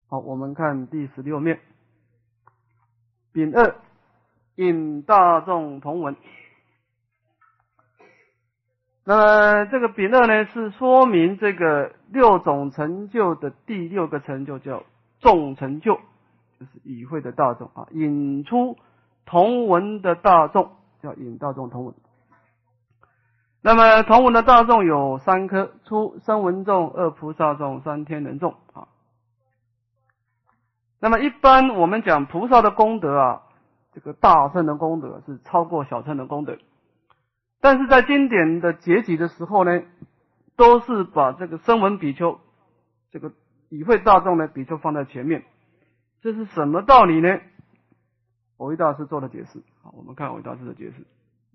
好，我们看第16面，丙二，引大众同闻。那么这个丙二呢，是说明这个6种成就的第6个成就，叫众成就，就是与会的大众啊，引出同闻的大众，叫引大众同闻。那么同闻的大众有3科：初声闻众、2菩萨众、3天人众啊。那么一般我们讲菩萨的功德啊，这个大乘的功德是超过小乘的功德，但是在经典的结集的时候呢，都是把这个声闻比丘，这个与会大众呢比丘放在前面。这是什么道理呢？蕅益大师做了解释。好，我们看蕅益大师的解释。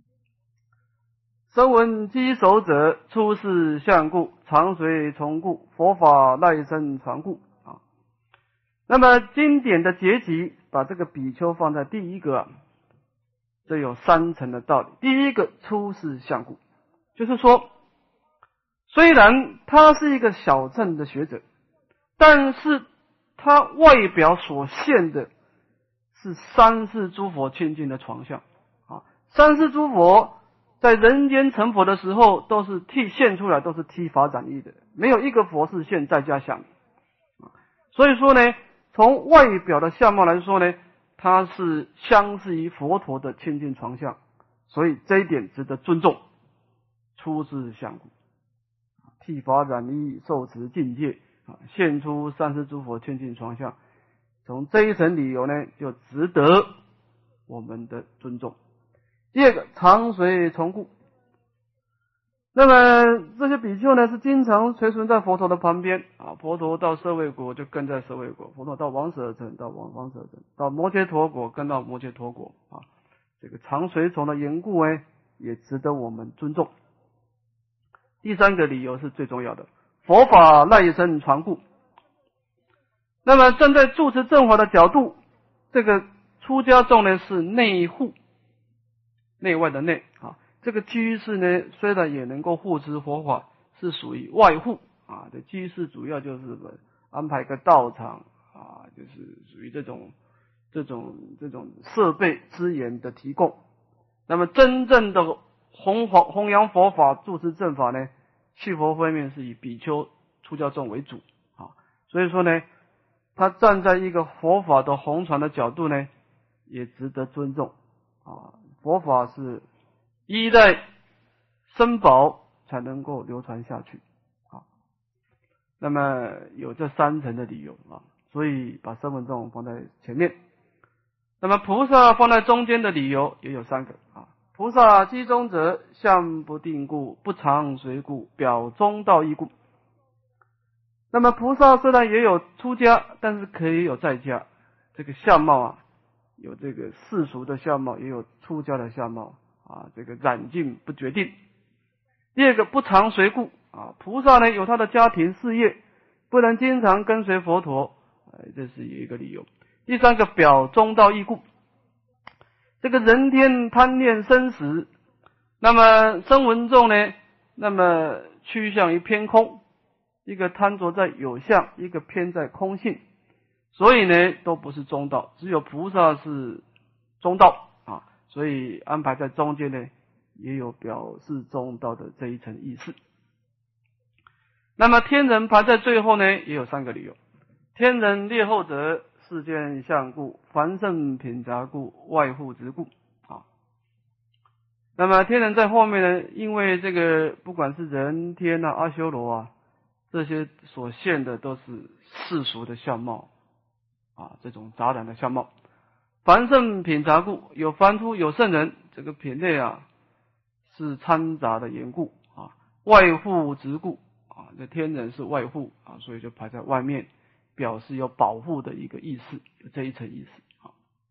声闻稽首者，出世相故，常随从故，佛法赖生传故啊。那么经典的结集把这个比丘放在第1个啊，这有3层的道理。第1个，出世相故，就是说虽然他是一个小乘的学者，但是他外表所现的是三世诸佛清净的床相啊。三世诸佛在人间成佛的时候，都是现出来，都是剃发染衣的，没有一个佛是现在家相。所以说呢，从外表的相貌来说呢，它是相似于佛陀的清净床相，所以这一点值得尊重。出世相故，剃发染衣，受持境界啊，现出三世诸佛清净床相，从这一层理由呢，就值得我们的尊重。第2个，常随从故。那么这些比丘呢，是经常随存在佛陀的旁边啊。佛陀到舍卫国就跟在舍卫国，佛陀到王舍城到王舍城，到摩羯陀国跟到摩羯陀国啊。这个常随从的缘故呢，也值得我们尊重。第3个理由是最重要的，佛法赖生传故。那么站在住持正法的角度，这个出家众呢是内护，内外的内啊。这个居士呢，虽然也能够护持佛法，是属于外护啊。这居士主要就是安排个道场啊，就是属于这种设备资源的提供。那么真正的弘扬佛法、住持正法呢，续佛方面是以比丘出家众为主啊。所以说呢，他站在一个佛法的弘传的角度呢，也值得尊重啊。佛法是依赖僧宝才能够流传下去啊。那么有这3层的理由啊，所以把声闻众放在前面。那么菩萨放在中间的理由也有3个啊。菩萨机中者，相不定故，不常随故，表中道义故。那么菩萨虽然也有出家，但是可以有在家，这个相貌啊，有这个世俗的相貌，也有出家的相貌啊，这个染净不决定。第2个，不常随故啊，菩萨呢有他的家庭事业，不能经常跟随佛陀，这是有一个理由。第3个，表中道义故。这个人天贪恋生死，那么声闻众呢，那么趋向于偏空，一个贪着在有相，一个偏在空性，所以呢都不是中道，只有菩萨是中道啊，所以安排在中间呢，也有表示中道的这一层意思。那么天人排在最后呢，也有3个理由。天人列后者，世间相故，凡圣品杂故，外护之故啊。那么天人在后面呢，因为这个不管是人天啊、阿修罗啊，这些所现的都是世俗的相貌啊，这种杂染的相貌。凡圣品杂故，有凡夫有圣人，这个品类啊是掺杂的缘故啊。外护之故啊，这天人是外护啊，所以就排在外面，表示有保护的一个意思，有这一层意思啊。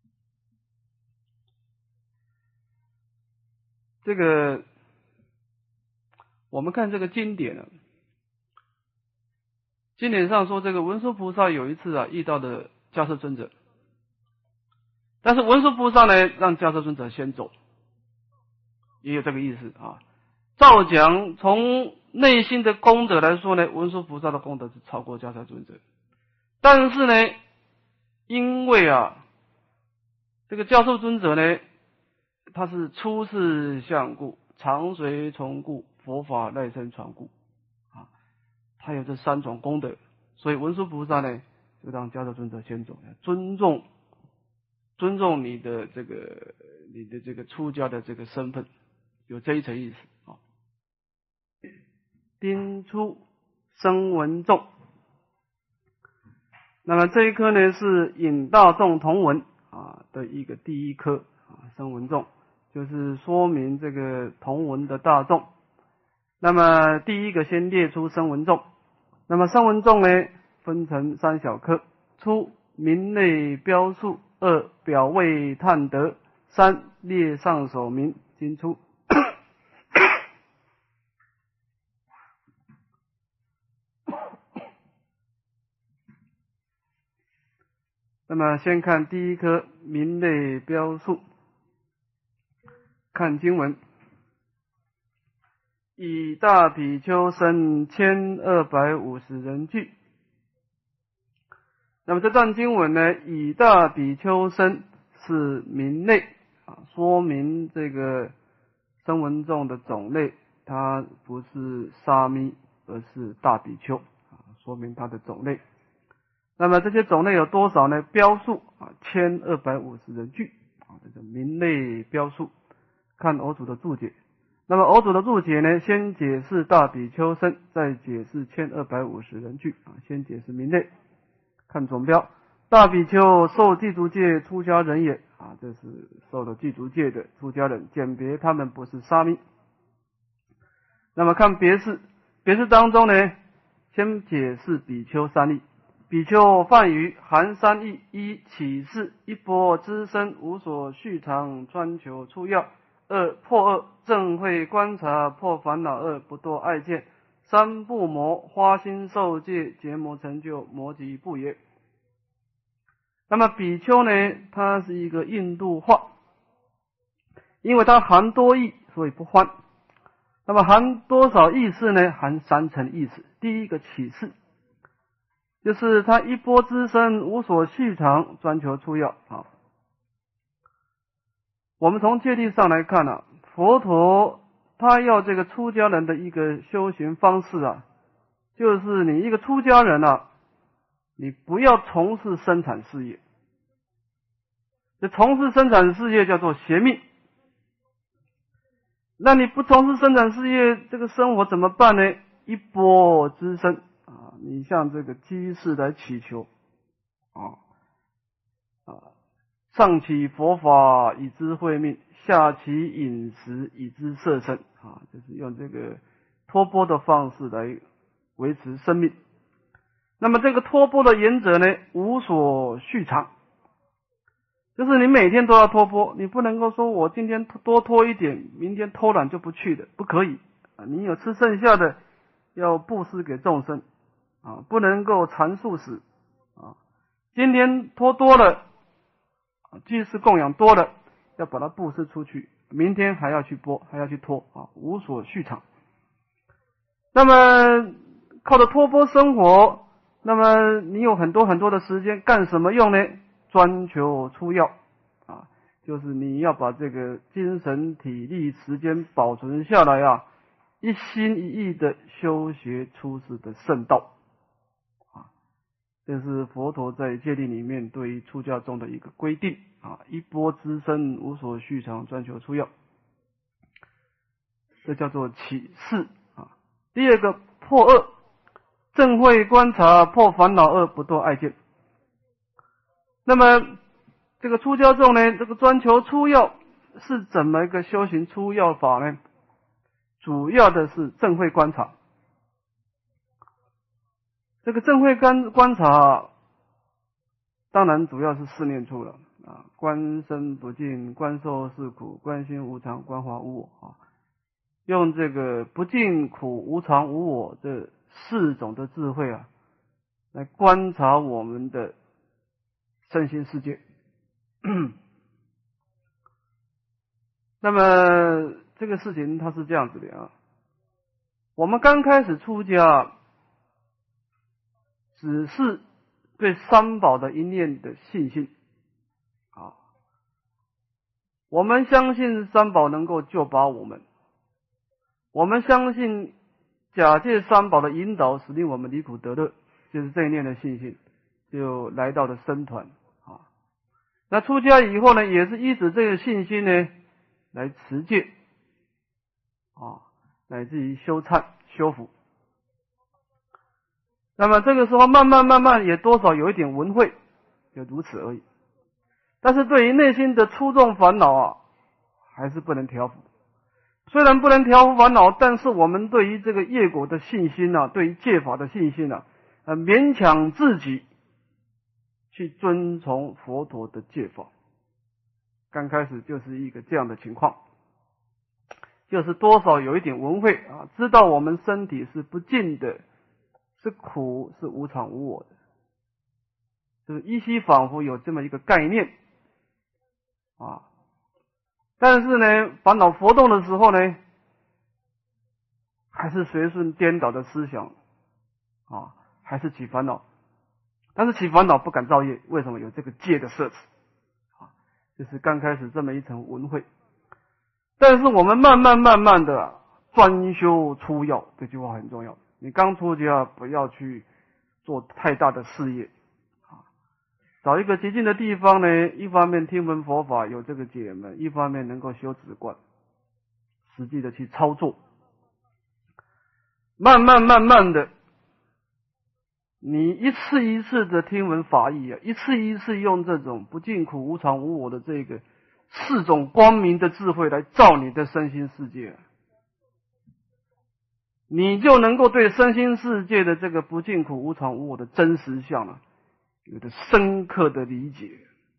这个我们看这个经典啊，经典上说，这个文殊菩萨有一次啊遇到的迦叶尊者，但是文殊菩萨呢让迦叶尊者先走，也有这个意思啊。照讲从内心的功德来说呢，文殊菩萨的功德是超过迦叶尊者。 但是呢，因为这个教授尊者呢，他是出世相故，常随从故，佛法赖生传故他有这3种功德，所以文殊菩萨呢，就让教授尊者先走，尊重你的这个出家的这个身份，有这一层意思丁初声闻众，那么这一科呢是引大众同文的一个第一科声闻众，就是说明这个同文的大众。那么第一个先列出声闻众，那么声闻众呢分成3小科：初名类标数，2表位探得，3列上首名经出。那么先看第一科名类标数，看经文：以大比丘僧1250人聚。那么这段经文呢，以大比丘僧是名类说明这个声闻众的种类，它不是沙弥，而是大比丘说明它的种类。那么这些种类有多少呢？标数1250人聚这个名类标数。看偶主的注解。那么偶主的注解呢，先解释大比丘僧，再解释1250人聚先解释名类。看总标，大比丘受具足戒出家人也这是受了具足戒的出家人，简别他们不是沙弥。那么看别释，别释当中呢，先解释比丘3义。比丘泛于含3义：一起示，一钵资身，无所续藏，专求出要；二破恶，正会观察，破烦恼恶，不堕爱见；三不魔，花心受戒，结魔成就，魔即不也。那么比丘呢，它是一个印度话，因为它含多义，所以不欢。那么含多少意思呢？含3层意思。第一个起示，就是他一钵资身，无所续藏，专求出要我们从戒律上来看佛陀他要这个出家人的一个修行方式就是你一个出家人你不要从事生产事业。这从事生产事业叫做邪命。那你不从事生产事业，这个生活怎么办呢？一钵资身你向这个居士来祈求上起佛法以知慧命，下起饮食以知摄身就是用这个托钵的方式来维持生命。那么这个托钵的原则呢，无所续藏，就是你每天都要托钵，你不能够说我今天多托一点，明天偷懒就不去的，不可以你有吃剩下的要布施给众生不能够缠素食今天托多了居士供养多了，要把它布施出去，明天还要去钵，还要去托无所续藏。那么靠着托钵生活，那么你有很多很多的时间干什么用呢？专求出要就是你要把这个精神体力时间保存下来一心一意的修学出世的圣道这是佛陀在戒律里面对于出家众的一个规定一钵资身，无所续藏，专求出要，这叫做起示第二个破恶，正会观察，破烦恼恶，不堕爱见。那么这个出家众呢，这个专求出要是怎么一个修行出要法呢？主要的是正会观察。这个正会观察当然主要是4念处了观身不净，观受是苦，观心无常，观法无我用这个不净、苦、无常、无我这4种的智慧来观察我们的身心世界那么这个事情它是这样子的我们刚开始出家只是对三宝的一念的信心啊。我们相信三宝能够救拔我们，我们相信假借三宝的引导，使令我们离苦得乐，就是这一念的信心，就来到了僧团啊。那出家以后呢，也是依止这个信心呢来持戒啊，乃至于修忏修福。那么这个时候慢慢也多少有一点闻慧，就如此而已。但是对于内心的粗重烦恼啊，还是不能调伏。虽然不能调伏烦恼，但是我们对于这个业果的信心啊，对于戒法的信心啊，勉强自己去遵从佛陀的戒法。刚开始就是一个这样的情况，就是多少有一点闻慧啊，知道我们身体是不净的，是苦，是无常无我的，就是依稀仿佛有这么一个概念啊。但是呢，烦恼活动的时候呢，还是随顺颠倒的思想啊，还是起烦恼。但是起烦恼不敢造业，为什么？有这个戒的摄持啊，就是刚开始这么一层闻慧。但是我们慢慢的专修出要，这句话很重要。你刚出家不要去做太大的事业啊，找一个极静的地方呢，一方面听闻佛法有这个解门，一方面能够修止观，实际的去操作。慢慢的，你一次一次的听闻法义啊，一次一次用这种不净苦无常无我的这个四种光明的智慧来照你的身心世界，你就能够对身心世界的这个不净苦无常无我的真实相啊，有着深刻的理解。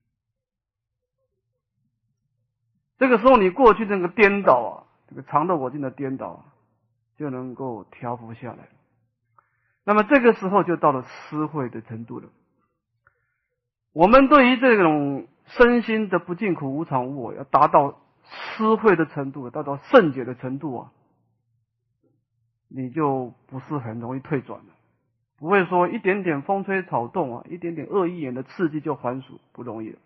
这个时候你过去那个颠倒啊，这个常的我净的颠倒啊，就能够调伏下来。那么这个时候就到了思慧的程度了。我们对于这种身心的不净苦无常无我，要达到思慧的程度，达到圣解的程度啊，你就不是很容易退转了。不会说一点点风吹草动啊，一点点恶意眼的刺激就还俗，不容易了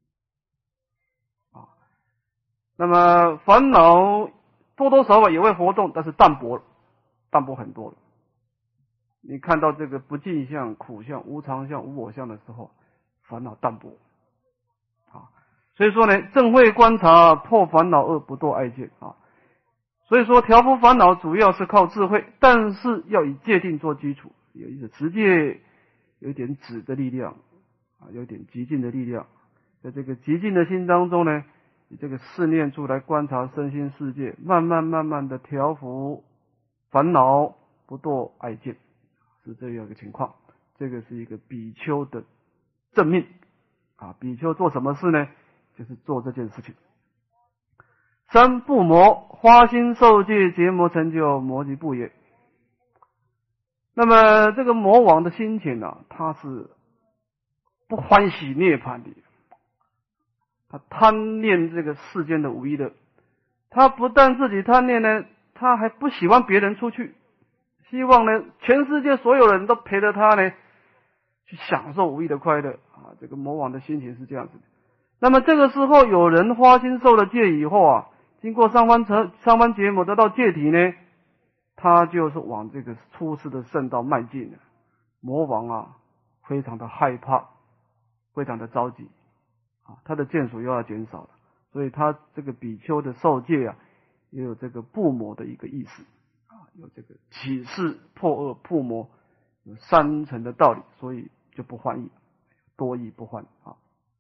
啊。那么烦恼多多少少也会活动，但是淡薄很多了。你看到这个不净相、苦相、无常相、无我相的时候，烦恼淡薄啊。所以说呢，正慧观察破烦恼恶，不堕爱见啊。所以说调伏烦恼主要是靠智慧，但是要以戒定做基础，有一点持戒，有一点止的力量啊，有一点极静的力量。在这个极静的心当中呢，以这个四念处来观察身心世界，慢慢的调伏烦恼，不堕爱见，是这样一个情况。这个是一个比丘的正命啊。比丘做什么事呢？就是做这件事情。三不魔，花心受戒结魔成就魔即不也。那么这个魔王的心情啊，他是不欢喜涅槃的，他贪恋这个世间的无一乐。他不但自己贪恋呢，他还不喜欢别人出去，希望呢全世界所有人都陪着他呢去享受无异的快乐啊。这个魔王的心情是这样子的。那么这个时候有人花心受了戒以后啊，经过三番结魔得到戒体呢，他就是往这个出世的圣道迈进了。魔王啊非常的害怕，非常的着急啊，他的见数又要减少了，所以他这个比丘的受戒啊，也有这个不魔的一个意思啊，有这个起示破恶破魔，有三层的道理，所以就不换义，多义不换啊。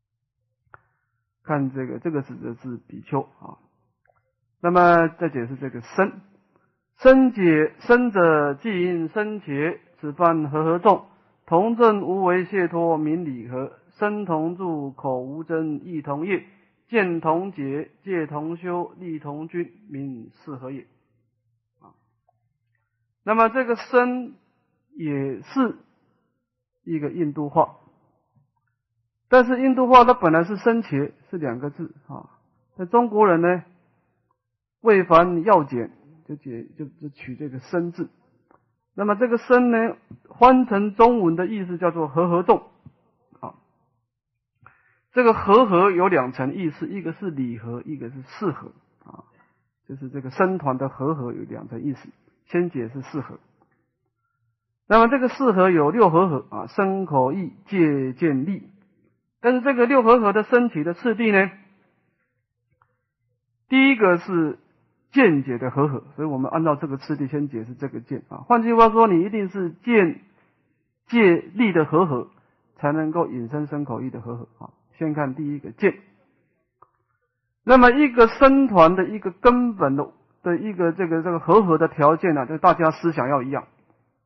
看这个指的是比丘啊。那么再解释这个身，身者即因身解，此番和众，同证无为解脱名理合，身同住，口无争，意同业，见同解，戒同修，力同均，名是合也啊。那么这个身也是一个印度话，但是印度话它本来是身切，是两个字啊。在中国人呢，为繁要简，就取这个身字。那么这个身呢，换成中文的意思叫做和众这个和合有两层意思，一个是理和，一个是事和啊，就是这个僧团的和合有两层意思。先解释事和。那么这个事和有六和合啊，身口意戒见力。但是这个六和合的升起的次第呢，第一个是见解的和合，所以我们按照这个次第先解释这个见啊。换句话说，你一定是见戒力的和合，才能够引申身口意的和合啊。先看第一个见。那么一个僧团的一个根本的一个这个和合的条件呢，就大家思想要一样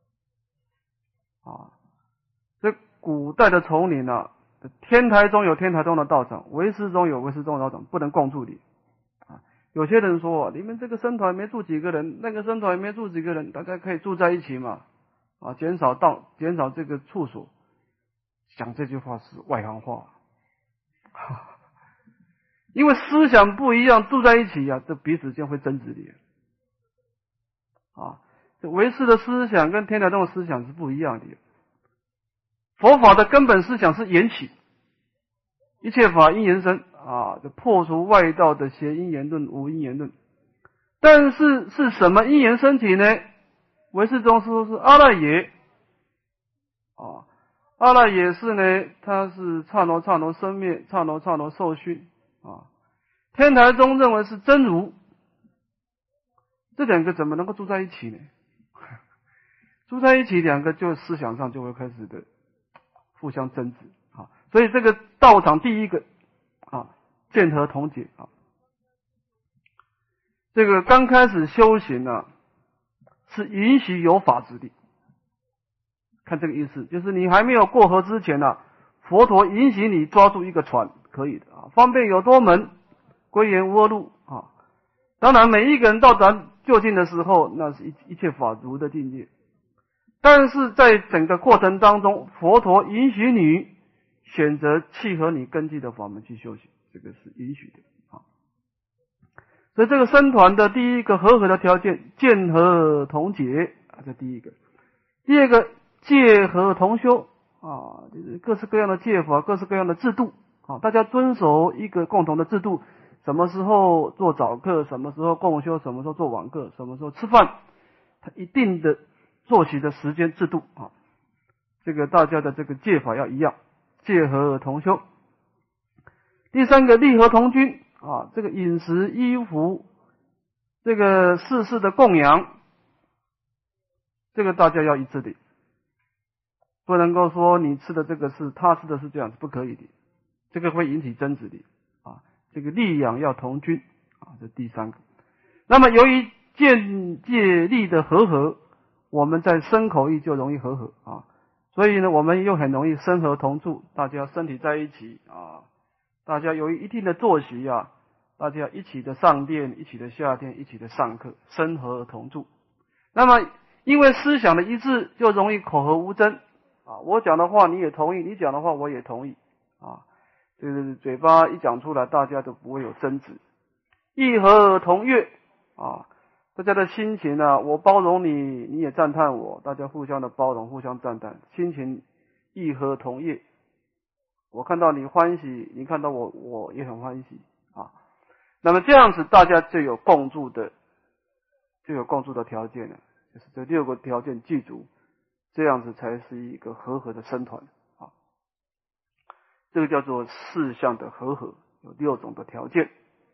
啊。这古代的丛林啊，天台中有天台中的道场，唯识中有唯识中的道场，不能共住里啊。有些人说，你们这个僧团没住几个人，那个僧团也没住几个人，大家可以住在一起嘛啊，减少这个处所。讲这句话是外行话，因为思想不一样，住在一起啊，这彼此间会争执的啊。这唯识的思想跟天台宗的思想是不一样的。佛法的根本思想是缘起，一切法因缘生啊，就破除外道的邪因缘论、无因缘论。但是是什么因缘升起呢？唯识宗说是阿赖耶啊。阿赖耶识呢，它是刹那刹那生灭，刹那刹那受熏啊。天台宗认为是真如，这两个怎么能够住在一起呢？住在一起，两个就思想上就会开始的互相争执啊。所以这个道场第一个啊，见合同解啊。这个刚开始修行啊，是允许有法之力。看这个意思，就是你还没有过河之前啊，佛陀允许你抓住一个船，可以的啊。方便有多门，归元无二路啊。当然，每一个人到达究竟的时候，那是一切法如的境界。但是在整个过程当中，佛陀允许你选择契合你根基的法门去修行，这个是允许的啊。所以这个僧团的第一个和合的条件，见合同解啊，这第一个。第二个，戒合同修啊，就是各式各样的戒法，各式各样的制度啊，大家遵守一个共同的制度，什么时候做早课，什么时候共修，什么时候做晚课，什么时候吃饭，它一定的作息的时间制度啊，这个大家的这个戒法要一样，戒合同修。第三个，利合同均啊，这个饮食衣服，这个世事的供养，这个大家要一致的。不能够说你吃的这个是他吃的是这样，是不可以的，这个会引起争执的啊。这个利养要同均啊，这第三个。那么由于见戒力的和合，我们在身口意就容易和合啊，所以呢，我们又很容易身合同住，大家身体在一起啊，大家由于一定的作息啊，大家一起的上殿，一起的下殿，一起的上课，身合同住。那么因为思想的一致，就容易口合无争。啊，我讲的话你也同意，你讲的话我也同意啊，这个嘴巴一讲出来，大家都不会有争执。意合同悦啊，大家的心情啊，我包容你，你也赞叹我，大家互相的包容，互相赞叹，心情意合同悦。我看到你欢喜，你看到我也很欢喜啊。那么这样子，大家就有共住的条件了，就是这六个条件具足。这样子才是一个和合的僧团啊，这个叫做四相的和合，有六种的条件。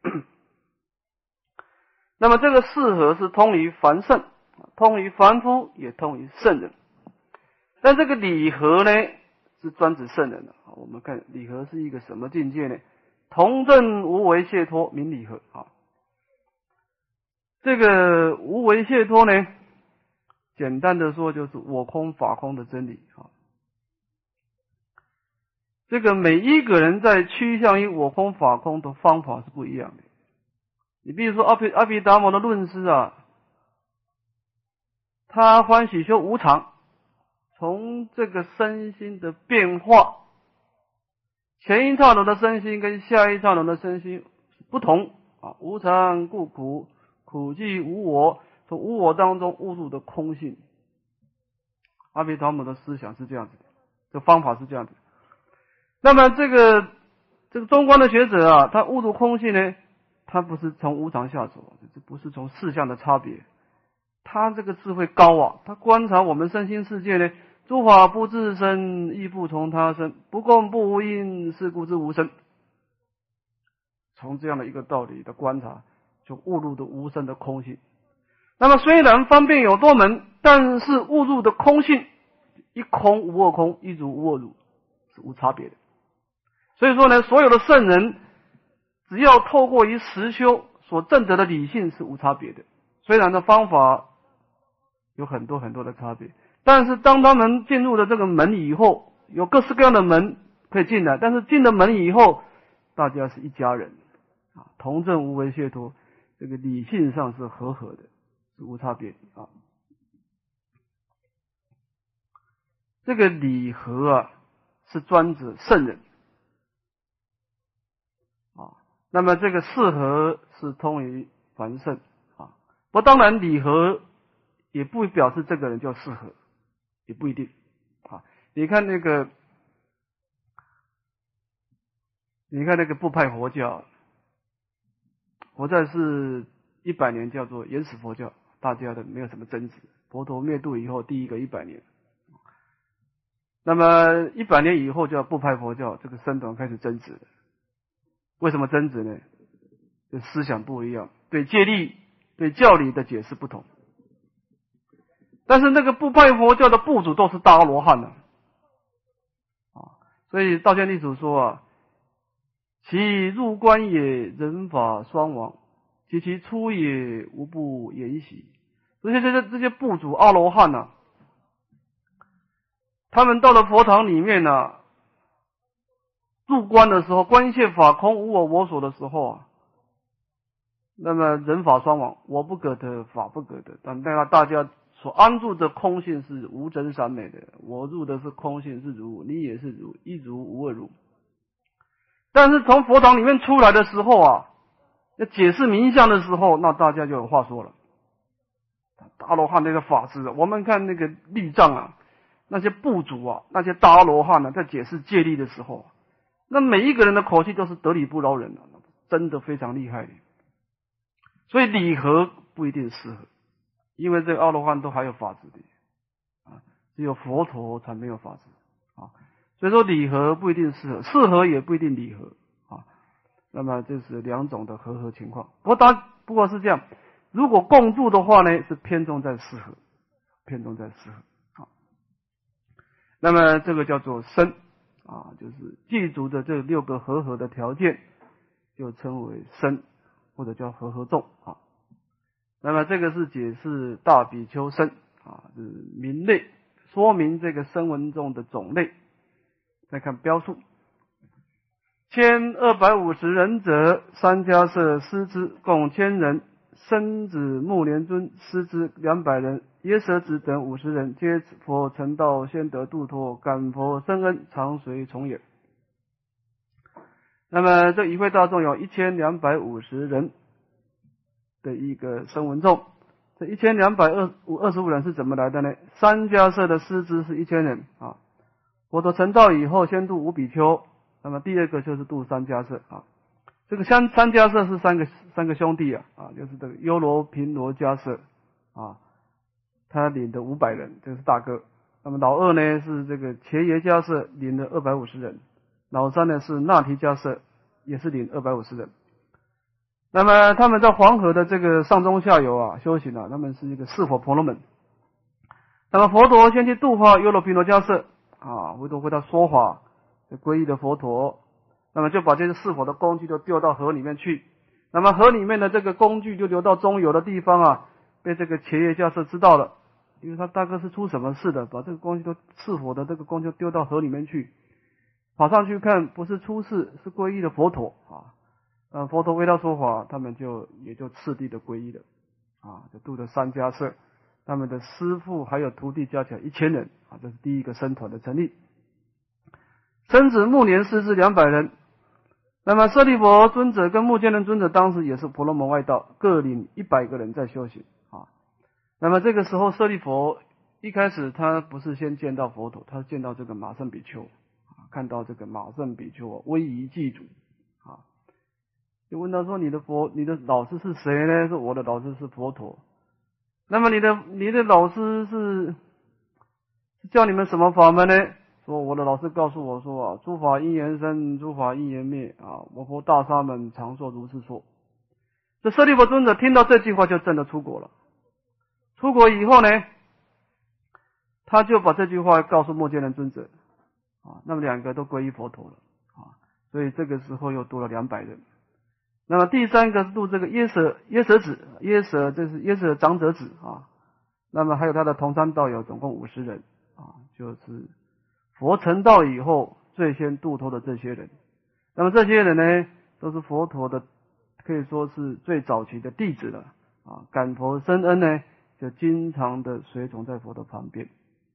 那么这个四合是通于凡圣，通于凡夫，也通于圣人。但这个理合呢，是专指圣人的。我们看理合是一个什么境界呢？同证无为解脱名理合啊。这个无为解脱呢，简单的说就是我空法空的真理啊。这个每一个人在趋向于我空法空的方法是不一样的。你比如说阿毗达摩的论师啊，他欢喜修无常，从这个身心的变化，前一刹那的身心跟下一刹那的身心不同啊，无常故苦，苦即无我，从无我当中悟入的空性。阿毗达摩的思想是这样子的，这方法是这样子。那么这这个中观的学者啊，他悟入空性呢，他不是从无常下手，这不是从事项的差别，他这个智慧高啊，他观察我们身心世界呢，诸法不自生，亦不从他生，不共不无因，是故之无生。从这样的一个道理的观察，就悟入的无生的空性。那么虽然方便有多门，但是悟入的空性，一空无二空，一如无二如，是无差别的。所以说呢，所有的圣人只要透过于实修所证得的理性是无差别的，虽然的方法有很多很多的差别，但是当他们进入了这个门以后，有各式各样的门可以进来，但是进了门以后，大家是一家人啊，同证无为解脱，这个理性上是和合的，是无差别啊。这个理和啊，是专指圣人啊，那么这个适合是通于凡圣啊。不，当然理和也不表示这个人叫适合，也不一定啊。你看那个部派佛教，佛在是100年叫做原始佛教，大家的没有什么争执。佛陀灭度以后第一个100年，那么100年以后叫部派佛教，这个僧团开始争执了。为什么争执呢？这思想不一样，对戒律、对教理的解释不同。但是那个部派佛教的部主都是大阿罗汉啊，所以道宣立祖说啊，其入观也，人法双亡，及其出也，无不言习。这些部主阿罗汉啊，他们到了佛堂里面啊，入观的时候，观现法空无我我所的时候啊，那么人法双亡，我不可得，法不可得。但大家所安住的空性是无真善美的，我入的是空性是如，你也是如，一如无二如。但是从佛堂里面出来的时候啊，要解释名相的时候，那大家就有话说了。大罗汉那个法师，我们看那个律藏啊，那些部主啊，那些大罗汉啊，在解释戒律的时候，那每一个人的口气都是得理不饶人啊，真的非常厉害的。所以理和不一定适合，因为这个阿罗汉都还有法执的啊，只有佛陀才没有法执啊。所以说理和不一定适合，适合也不一定理和啊。那么这是两种的和合情况。不过是这样，如果共住的话呢，是偏重在适合，偏重在适合啊。那么这个叫做身啊，就是具足的这6个和合的条件，就称为身，或者叫和合众啊。那么这个是解释大比丘身啊，是名类，说明这个声闻众的种类。再看标数，1250人者，三迦叶师之共1000人，僧子目连尊师之200人，耶舍子等50人，皆佛成道，先得度脱，感佛生恩，常随从也。那么这一会大众有1250人的一个声闻众，这1225人是怎么来的呢？三迦叶的师之是1000人啊。佛陀成道以后，先度5比丘，那么第二个就是度三迦叶啊。这个三迦叶是三个兄弟啊，就是这个优罗频罗迦叶啊，他领的500人，这个是大哥。那么老二呢是这个伽耶迦叶，领了250人。老三呢是那提迦叶，也是领250人。那么他们在黄河的这个上中下游啊修行啊，他们是一个四佛婆罗门。那么佛陀先去度化优罗频罗迦叶啊，回头说法，皈依的佛陀，那么就把这些四佛的工具都丢到河里面去。那么河里面的这个工具就流到中游的地方啊，被这个伽耶迦叶知道了，因为他大哥是出什么事的，把这个工具都四佛的这个工具丢到河里面去，跑上去看，不是出事，是皈依的佛陀啊。佛陀为他说法，他们也就次第的皈依了啊，就度了三迦叶。他们的师父还有徒弟加起来1000人啊，这是第一个僧团的成立。僧子目连师之200人，那么舍利弗尊者跟目犍连尊者当时也是婆罗门外道，各领100个人在修行啊。那么这个时候舍利弗一开始他不是先见到佛陀，他是见到这个马胜比丘啊，看到这个马胜比丘威仪具足就问他说你的老师是谁呢？说我的老师是佛陀。那么你的老师是教你们什么法门呢？说我的老师告诉我说啊，诸法因缘生，诸法因缘灭啊，我佛大沙门常说如是说。这舍利弗尊者听到这句话就真的出国了。出国以后呢，他就把这句话告诉目犍连尊者啊，那么两个都皈依佛陀了啊，所以这个时候又多了200人。那么第三个是度这个耶舍子，这是耶舍长者子啊，那么还有他的同参道友，总共50人啊，就是佛成道以后最先度脱的这些人。那么这些人呢，都是佛陀的可以说是最早期的弟子了啊，感佛生恩呢，就经常的随从在佛的旁边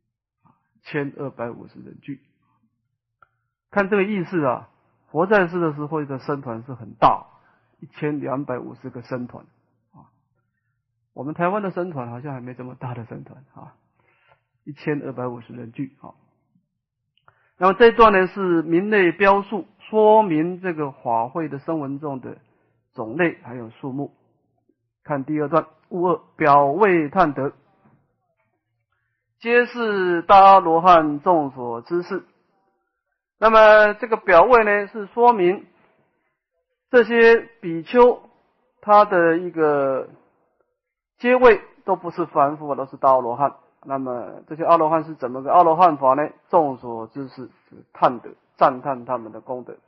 ，1250人聚。看这个意思啊，佛在世的时候的僧团是很大，1250个僧团啊。我们台湾的僧团好像还没这么大的僧团啊，1250人聚啊。那么这一段呢是名类标述，说明这个法会的声闻众的种类还有数目。看第2段，物2表位探得，皆是大阿罗汉众所知事。那么这个表位呢，是说明这些比丘他的一个阶位都不是凡夫，都是大阿罗汉。那么这些阿罗汉是怎么个阿罗汉法呢？众所知事，探得，赞叹他们的功德。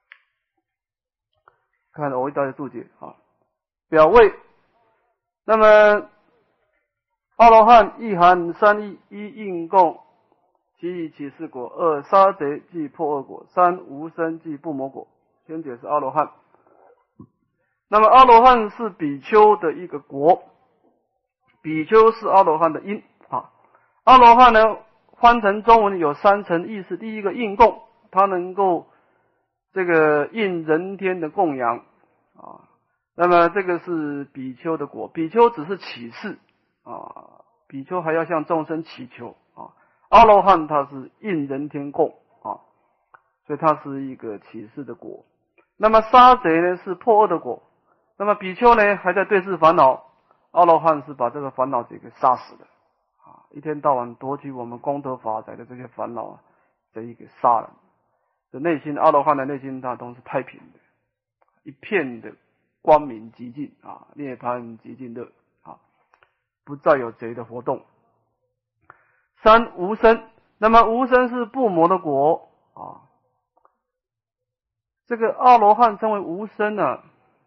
看我一道的注解啊，表位。那么阿罗汉意含3义：一应供，其以起事果；二杀贼即破恶果；三无生即不魔果。先解释阿罗汉。那么阿罗汉是比丘的一个果，比丘是阿罗汉的因啊。阿罗汉呢，翻成中文有3层意思。第一个应供，它能够这个应人天的供养啊。那么这个是比丘的果，比丘只是起事啊，比丘还要向众生祈求啊。阿罗汉他是应人天供啊，所以他是一个起事的果。那么杀贼呢是破恶的果。那么比丘呢还在对治烦恼，阿罗汉是把这个烦恼贼给杀死的啊，一天到晚夺取我们功德法财的这些烦恼啊，贼给杀了。这内心阿罗汉的内心大都是太平的，一片的光明极尽啊，涅槃极尽乐啊，不再有贼的活动。三无生，那么无生是不魔的果啊。这个阿罗汉称为无生啊，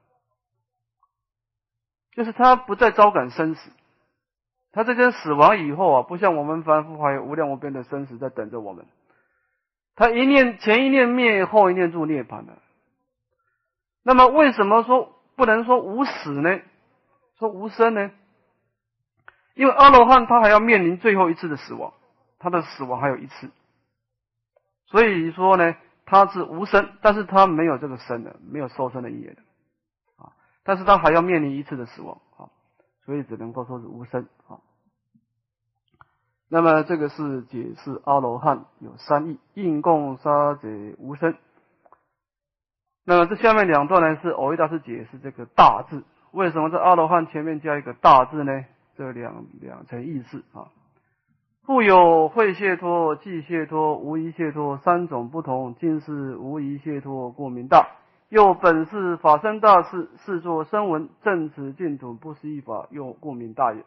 就是他不再招感生死，他这些死亡以后啊，不像我们凡夫还有无量无边的生死在等着我们，他前一念灭，后一念入涅槃了。那么为什么说不能说无死呢？说无生呢？因为阿罗汉他还要面临最后一次的死亡，他的死亡还有一次，所以说呢，他是无生，但是他没有这个生的，没有受生的意业的啊，但是他还要面临一次的死亡啊，所以只能够说是无生啊。那么这个是解释阿罗汉有3义：应供、杀贼、无生。那么这下面2段呢是藕益大师解释这个大字，为什么在阿罗汉前面加一个大字呢？这两层意思啊。复有会解脱、即解脱、无疑解脱3种不同，今是无疑解脱故名大。又本是法身大士，是作声闻，证此净土不思议法，又故名大也。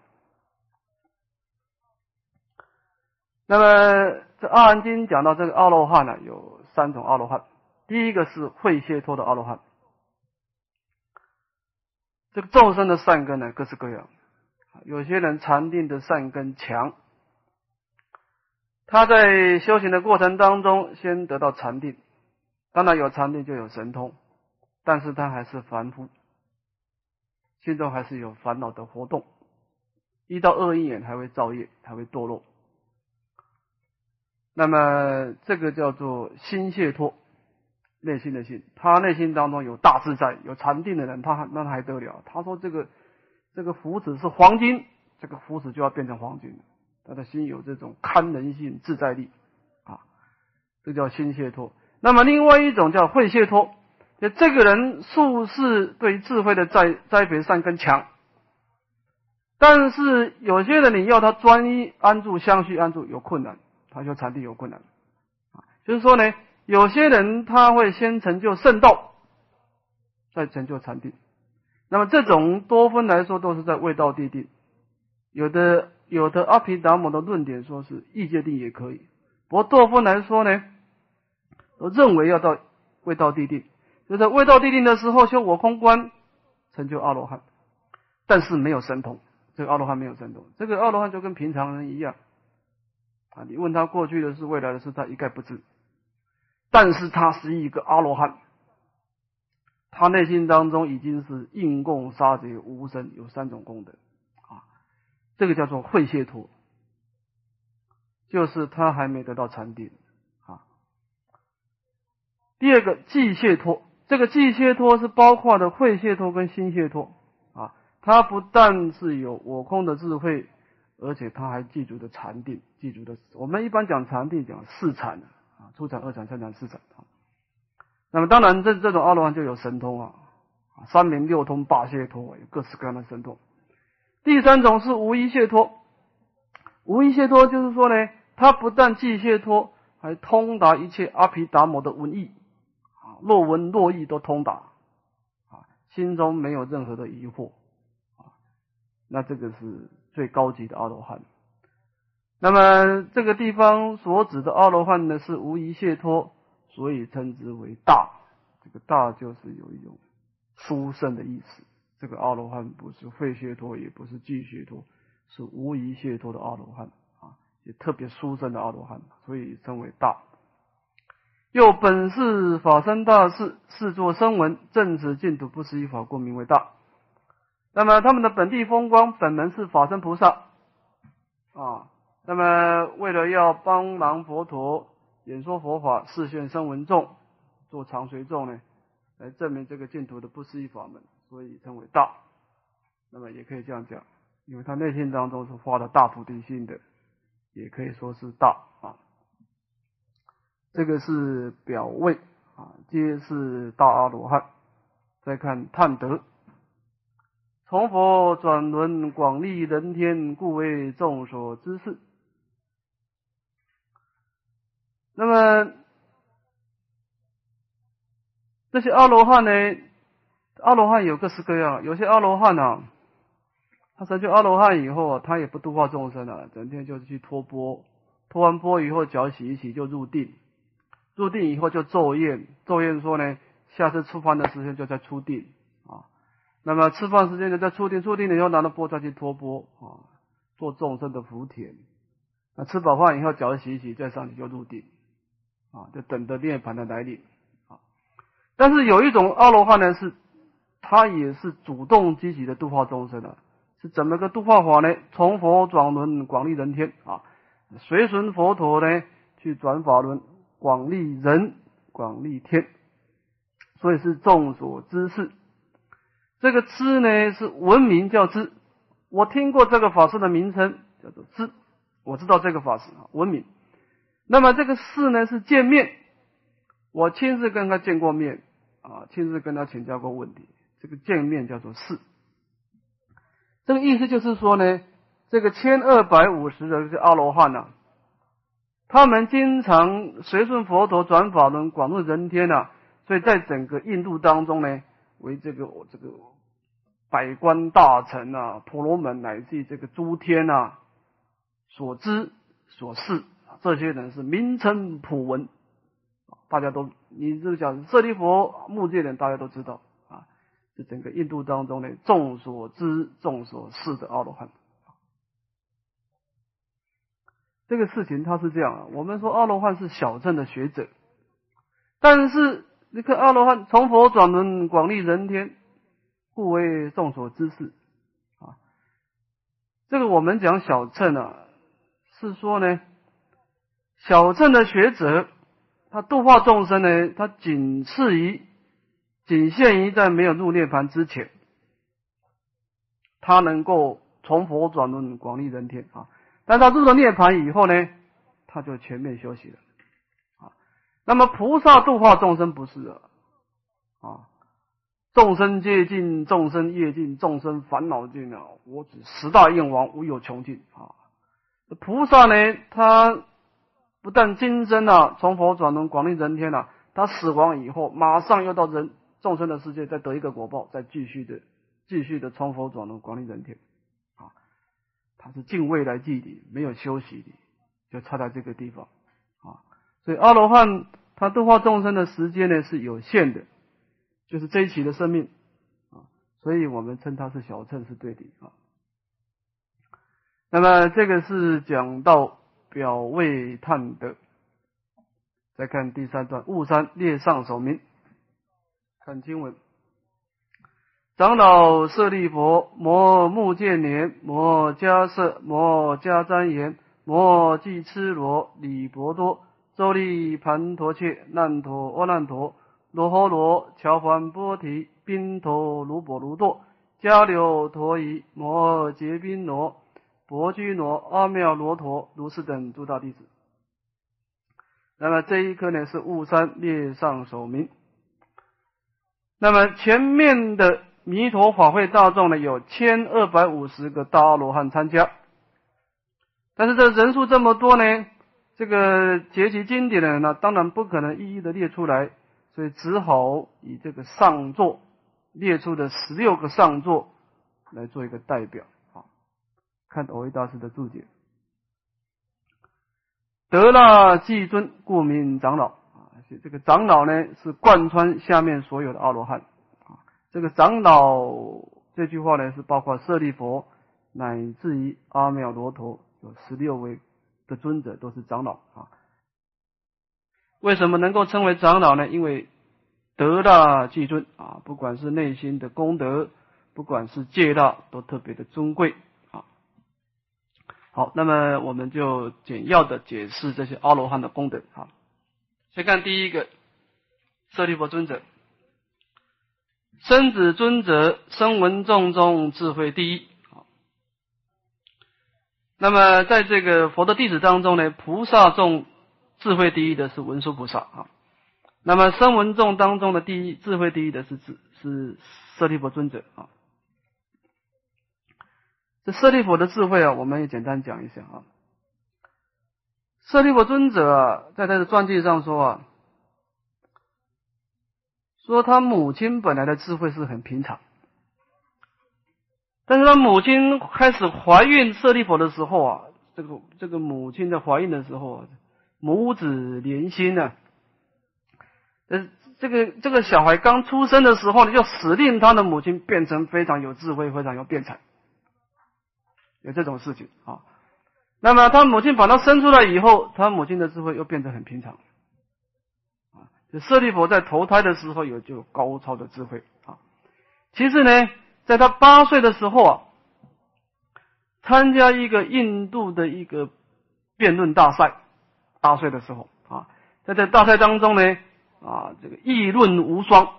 那么这阿含经讲到这个阿罗汉呢，有3种阿罗汉。第一个是会解脱的阿罗汉，这个众生的善根呢各式各样，有些人禅定的善根强，他在修行的过程当中先得到禅定，当然有禅定就有神通，但是他还是凡夫，心中还是有烦恼的活动，1到2因缘还会造业，还会堕落。那么这个叫做心解脱，内心的心，他内心当中有大自在，有禅定的人，那还得了？他说这个福子是黄金，这个福子就要变成黄金了。他的心有这种堪能性、自在力啊，这叫心解脱。那么另外一种叫会解脱， 就这个人术士对智慧的栽培善根强，但是有些人你要他专一安住相续安住有困难，他修禅定有困难。就是说呢，有些人他会先成就圣道，再成就禅定。那么这种多分来说都是在未到地定。有的阿毗达摩的论点说是异界定也可以，不过多分来说呢，都认为要到未到地定。就在未到地定的时候修我空观，成就阿罗汉，但是没有神通。这个阿罗汉没有神通，这个阿罗汉就跟平常人一样啊，你问他过去的事、未来的事，他一概不知。但是他是一个阿罗汉，他内心当中已经是应供杀劫无生，有3种功德啊，这个叫做慧解脱，就是他还没得到禅定啊。第二个寂解脱。这个寂解脱是包括的慧解脱跟心解脱啊，它不但是有我空的智慧，而且它还记住的禅定，记住的我们一般讲禅定讲4禅啊，初禅、2禅、3禅、4禅啊。那么当然这种阿罗汉就有神通啊，3明6通8解脱，有各式各样的神通。第3种是无一解脱，无一解脱就是说呢，他不但寂解脱，还通达一切阿毗达摩的文义。若文若义都通达啊，心中没有任何的疑惑啊，那这个是最高级的阿罗汉。那么这个地方所指的阿罗汉呢，是无一解脱，所以称之为大。这个大就是有一种殊胜的意思。这个阿罗汉不是慧解脱，也不是寂解脱，是无一解脱的阿罗汉啊，也特别殊胜的阿罗汉，所以称为大。又本是法身大士，是作声闻，正持净土不思议法，故名为大。那么他们的本地风光，本门是法身菩萨啊。那么为了要帮忙佛陀演说佛法，示现声闻众，做常随众呢，来证明这个净土的不思议法门，所以称为大。那么也可以这样讲，因为他内心当中是发了大菩提心的，也可以说是大啊。这个是表位啊，皆是大阿罗汉。再看探得，从佛转轮广利人天，故为众所知事。那么这些阿罗汉呢，阿罗汉有各式各样，有些阿罗汉啊，他成就阿罗汉以后啊，他也不度化众生啊，整天就是去托钵，托完钵以后脚洗一洗就入定。入定以后就奏宴，奏宴说呢，下次吃饭的时间就在出定啊。那么吃饭时间就在出定，出定了以后拿了钵再去托钵啊，做众生的福田。那吃饱饭以后脚洗一洗，再上去就入定啊，就等着涅槃的来临啊。但是有一种阿罗汉呢，是他也是主动积极的度化众生的，是怎么个度化法呢？从佛转轮广利人天啊，随顺佛陀呢去转法轮。广利人，广利天，所以是众所知事。这个知呢是闻名叫知，我听过这个法师的名称叫做知，我知道这个法师闻名。那么这个事呢是见面，我亲自跟他见过面啊，亲自跟他请教过问题，这个见面叫做事。这个意思就是说呢，这个1250的这个阿罗汉啊，他们经常随顺佛陀转法轮，广入人天啊，所以在整个印度当中呢，为这个百官大臣啊、婆罗门乃至这个诸天啊所知所视，这些人是名称普闻，大家都你这个讲舍利佛、目犍连大家都知道啊，是整个印度当中呢众所知、众所视的阿罗汉。这个事情它是这样啊，我们说阿罗汉是小乘的学者，但是你看阿罗汉从佛转轮广利人天，故为众所知事啊。这个我们讲小乘啊，是说呢，小乘的学者他度化众生呢，他仅限于在没有入涅槃之前，他能够从佛转轮广利人天啊。但他入了涅槃以后呢，他就全面休息了啊。那么菩萨度化众生不是啊， 啊，众生皆尽，众生业尽，众生烦恼尽啊，我只十大愿王无有穷尽啊。菩萨呢，他不但今生啊从佛转轮广利人天啊，他死亡以后马上又到众生的世界再得一个果报，再继续的从佛转轮广利人天啊。他是尽未来际的，没有休息的，就差在这个地方啊。所以阿罗汉他度化众生的时间呢是有限的，就是这一期的生命啊，所以我们称他是小乘是对的啊。那么这个是讲到表位探德。再看第3段，悟三列上首名。看经文：长老舍利弗，摩目犍连，摩迦摄，摩迦旃延，摩季痴罗，李伯多，周利盘陀切，难陀阿难陀，罗诃罗，乔桓波提，宾陀卢波卢多，迦留陀夷，摩羯宾罗，伯居罗，阿妙罗陀，如是等诸大弟子。那么这一颗呢是悟三列上首名。那么前面的弥陀法会大众呢有1250个大阿罗汉参加，但是这人数这么多呢，这个结集经典的人呢，当然不可能一一的列出来，所以只好以这个上座列出的16个上座来做一个代表啊。看藕益大师的注解。得那季尊，故名长老啊。这个长老呢是贯穿下面所有的阿罗汉啊。这个长老这句话呢是包括舍利弗乃至于阿妙罗陀，有16位的尊者都是长老啊。为什么能够称为长老呢？因为得那季尊啊，不管是内心的功德，不管是戒大，都特别的尊贵啊。好，那么我们就简要的解释这些阿罗汉的功德啊。先看第一个，舍利弗尊者。生子尊者，声闻众中智慧第一。那么在这个佛的弟子当中呢，菩萨众智慧第一的是文殊菩萨啊。那么声闻众当中的智慧第一的是舍利弗尊者啊。这舍利弗的智慧啊，我们也简单讲一下啊。舍利弗尊者啊，在他的传记上说啊，说他母亲本来的智慧是很平常，但是他母亲开始怀孕舍利弗的时候啊，这个母亲在怀孕的时候啊，母子连心呢、这个小孩刚出生的时候呢，就使令他的母亲变成非常有智慧，非常有辩才。有这种事情啊。那么他母亲把他生出来以后，他母亲的智慧又变得很平常啊。就舍利弗在投胎的时候就有高超的智慧啊。其实呢，在他8岁的时候啊，参加一个印度的一个辩论大赛，8岁的时候啊，在这大赛当中呢啊，这个议论无双，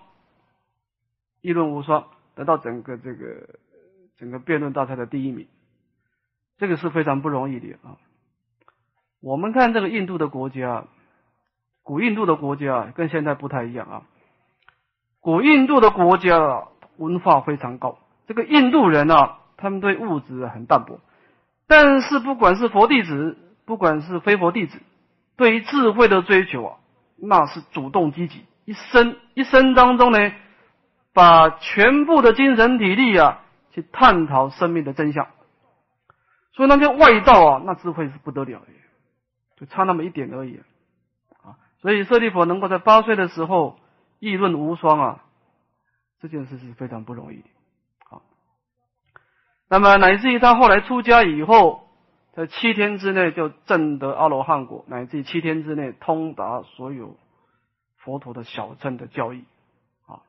得到整个辩论大赛的第1名。这个是非常不容易的啊！我们看这个印度的国家，古印度的国家跟现在不太一样啊。古印度的国家文化非常高，这个印度人啊，他们对物质很淡薄，但是不管是佛弟子，不管是非佛弟子，对于智慧的追求啊，那是主动积极，一生当中呢，把全部的精神体力啊，去探讨生命的真相。所以那些外道啊，那智慧是不得了的，就差那么一点而已啊。所以舍利弗能够在8岁的时候议论无双啊，这件事是非常不容易的啊。那么乃至于他后来出家以后，在7天之内就证得阿罗汉果，乃至于7天之内通达所有佛陀的小乘的教义啊。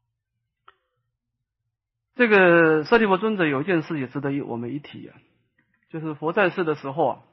这个舍利弗尊者有一件事也值得我们一提啊。就是佛在世的时候啊，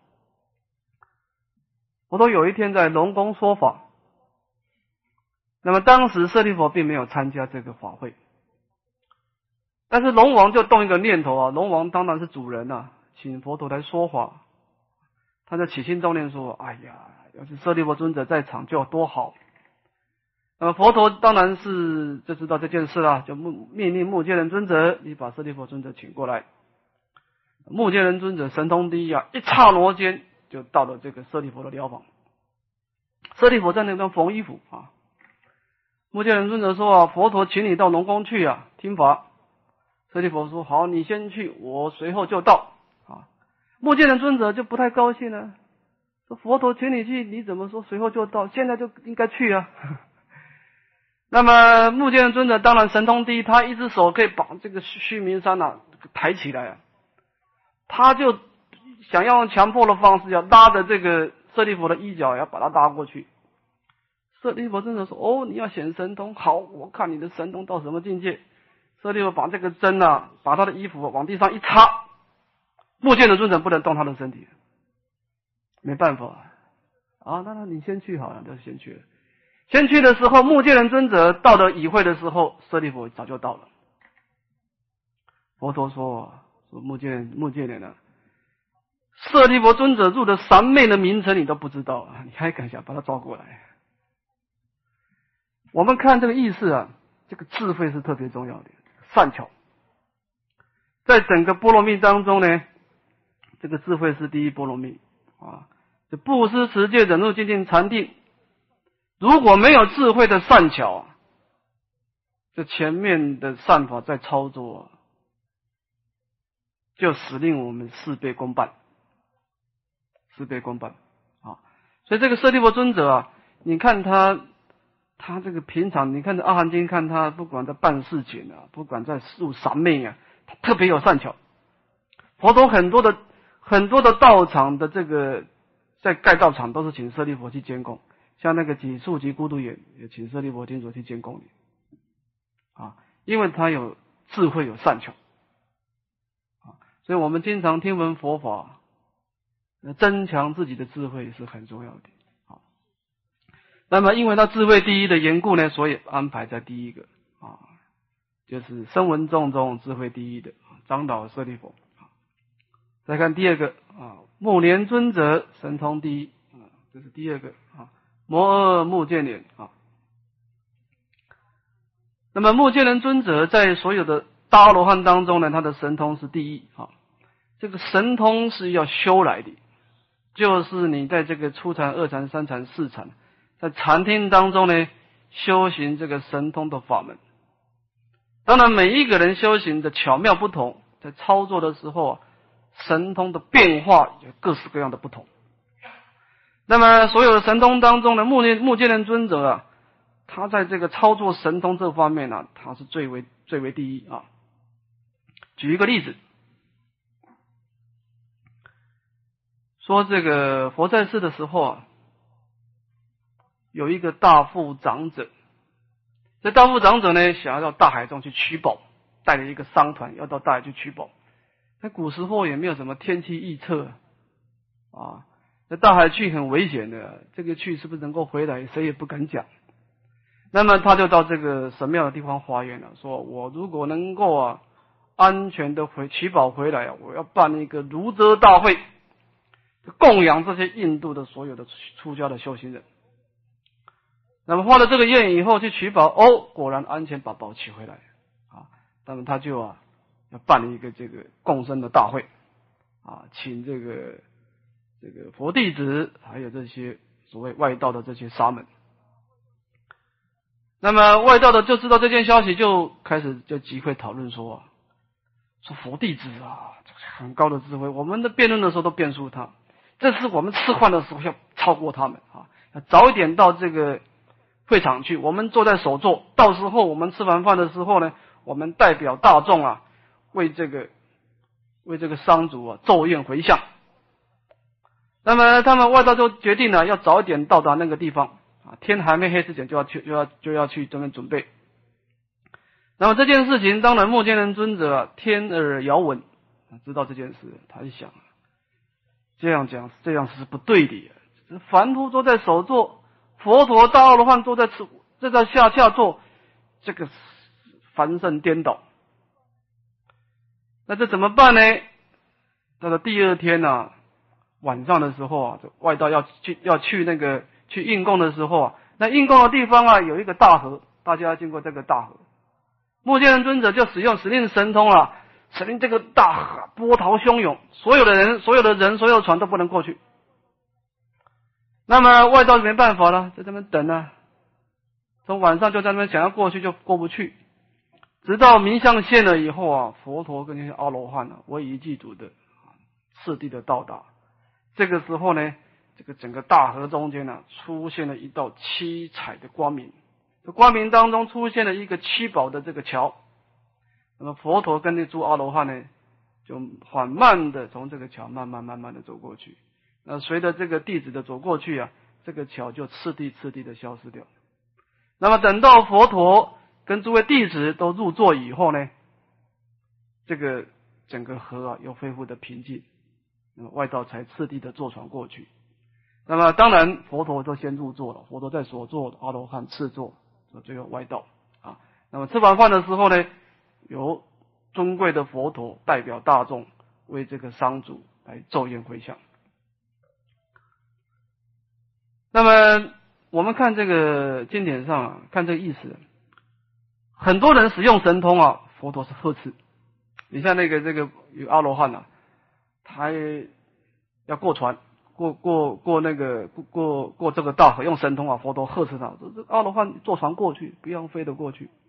佛陀有一天在龙宫说法，那么当时舍利弗并没有参加这个法会，但是龙王就动一个念头啊，龙王当然是主人啊，请佛陀来说法，他就起心动念说，哎呀，要是舍利弗尊者在场就多好。 佛陀当然是就知道这件事了，就命令目犍连尊者，你把舍利弗尊者请过来。目犍连尊者神通第一啊，一刹那间就到了这个舍利弗的寮房。舍利弗在那边缝衣服啊。目犍连尊者说啊，佛陀请你到龙宫去啊，听法。舍利弗说好，你先去，我随后就到啊。目犍连尊者就不太高兴了，说佛陀请你去，你怎么说随后就到？现在就应该去啊。那么目犍连尊者当然神通第一，他一只手可以把这个须弥山啊抬起来啊，他就想要用强迫的方式要拉着这个舍利弗的衣角，要把他拉过去。舍利弗尊者说：“哦，你要显神通，好，我看你的神通到什么境界。”舍利弗把这个针啊，把他的衣服往地上一插，目犍连尊者不能动他的身体，没办法啊。那你先去好了，就先去了。先去的时候，目犍连尊者到了已会的时候，舍利弗早就到了。佛陀说目犍连啊，舍利弗尊者入的三昧的名称你都不知道啊，你还敢想把他抓过来？我们看这个意思啊，这个智慧是特别重要的，善巧。在整个波罗蜜当中呢，这个智慧是第一波罗蜜啊。这布施、持戒、忍辱、精进、禅定，如果没有智慧的善巧啊，这前面的善法在操作啊，就使令我们事倍功半，事倍功半啊。所以这个舍利弗尊者啊，你看他这个平常，你看这阿含经，看他不管在办事情啊，不管在入三昧啊，他特别有善巧。佛陀很多的道场的这个在盖道场都是请舍利弗去监工，像那个几处及孤独园也请舍利弗天主去监工啊，因为他有智慧有善巧啊，所以我们经常听闻佛法，增强自己的智慧是很重要的。那么因为他智慧第一的缘故呢，所以安排在第一个啊，就是声闻众中智慧第一的长老舍利弗。再看第二个啊，目连尊者神通第一啊，这是第二个啊，摩诃目犍连啊。那么目犍连尊者在所有的大阿罗汉当中呢，他的神通是第一啊。这个神通是要修来的，就是你在这个初禅、二禅、三禅、四禅，在禅定当中呢，修行这个神通的法门。当然每一个人修行的巧妙不同，在操作的时候神通的变化有各式各样的不同。那么所有的神通当中呢，目犍连尊者啊，他在这个操作神通这方面呢，他是最为第一啊。举一个例子，说这个佛在世的时候啊，有一个大富长者，这大富长者呢，想要到大海中去取宝，带了一个商团要到大海去取宝。那古时候也没有什么天气预测啊，那大海去很危险的，这个去是不是能够回来，谁也不敢讲。那么他就到这个神庙的地方发愿了，说我如果能够啊安全的取宝回来啊，我要办一个如遮大会，供养这些印度的所有的出家的修行人。那么发了这个愿以后去取宝，果然安全把宝取回来啊。那么他就要办了一个这个共生的大会啊，请这个佛弟子还有这些所谓外道的这些沙门。那么外道的就知道这件消息，就开始就集会讨论说佛弟子啊，这个很高的智慧，我们的辩论的时候都辩输他，这次我们吃饭的时候要超过他们啊，要早一点到这个会场去，我们坐在首座，到时候我们吃完饭的时候呢，我们代表大众啊，为这个商主啊奏宴回向。那么他们外道就决定了要早一点到达那个地方啊，天还没黑之前就要去这边准备。那么这件事情，当然目犍连尊者天耳遥闻，知道这件事，他一想，这样讲这样是不对的，凡夫坐在首座，佛陀大阿罗汉坐在下座，这个凡圣颠倒。那这怎么办呢？到了第二天晚上的时候这外道要去那个去应供的时候那应供的地方啊，有一个大河，大家要经过这个大河。目犍连尊者就使令神通啊，使令这个大河波涛汹涌，所有的人、所有的船都不能过去。那么外道没办法了，在这边等啊，从晚上就在那边想要过去就过不去，直到明相现了以后啊，佛陀跟那些阿罗汉啊，唯一祭祖的次第的到达。这个时候呢，这个整个大河中间呢，出现了一道七彩的光明，这光明当中出现了一个七宝的这个桥。那么佛陀跟那诸阿罗汉呢，就缓慢的从这个桥慢慢的走过去。那随着这个弟子的走过去啊，这个桥就次第的消失掉。那么等到佛陀跟诸位弟子都入座以后呢，这个整个河啊又恢复的平静，那么外道才次第的坐船过去。那么当然佛陀都先入座了，佛陀在所座，阿罗汉次座，最后外道啊。那么吃完饭的时候呢，由尊贵的佛陀代表大众为这个商主来奏宴回向。那么我们看这个经典上啊，看这个意思，很多人使用神通啊，佛陀是呵斥。你像这个有阿罗汉啊，他要过船，过这个大河，用神通啊，佛陀呵斥他，这阿罗汉坐船过去，不要飞得过去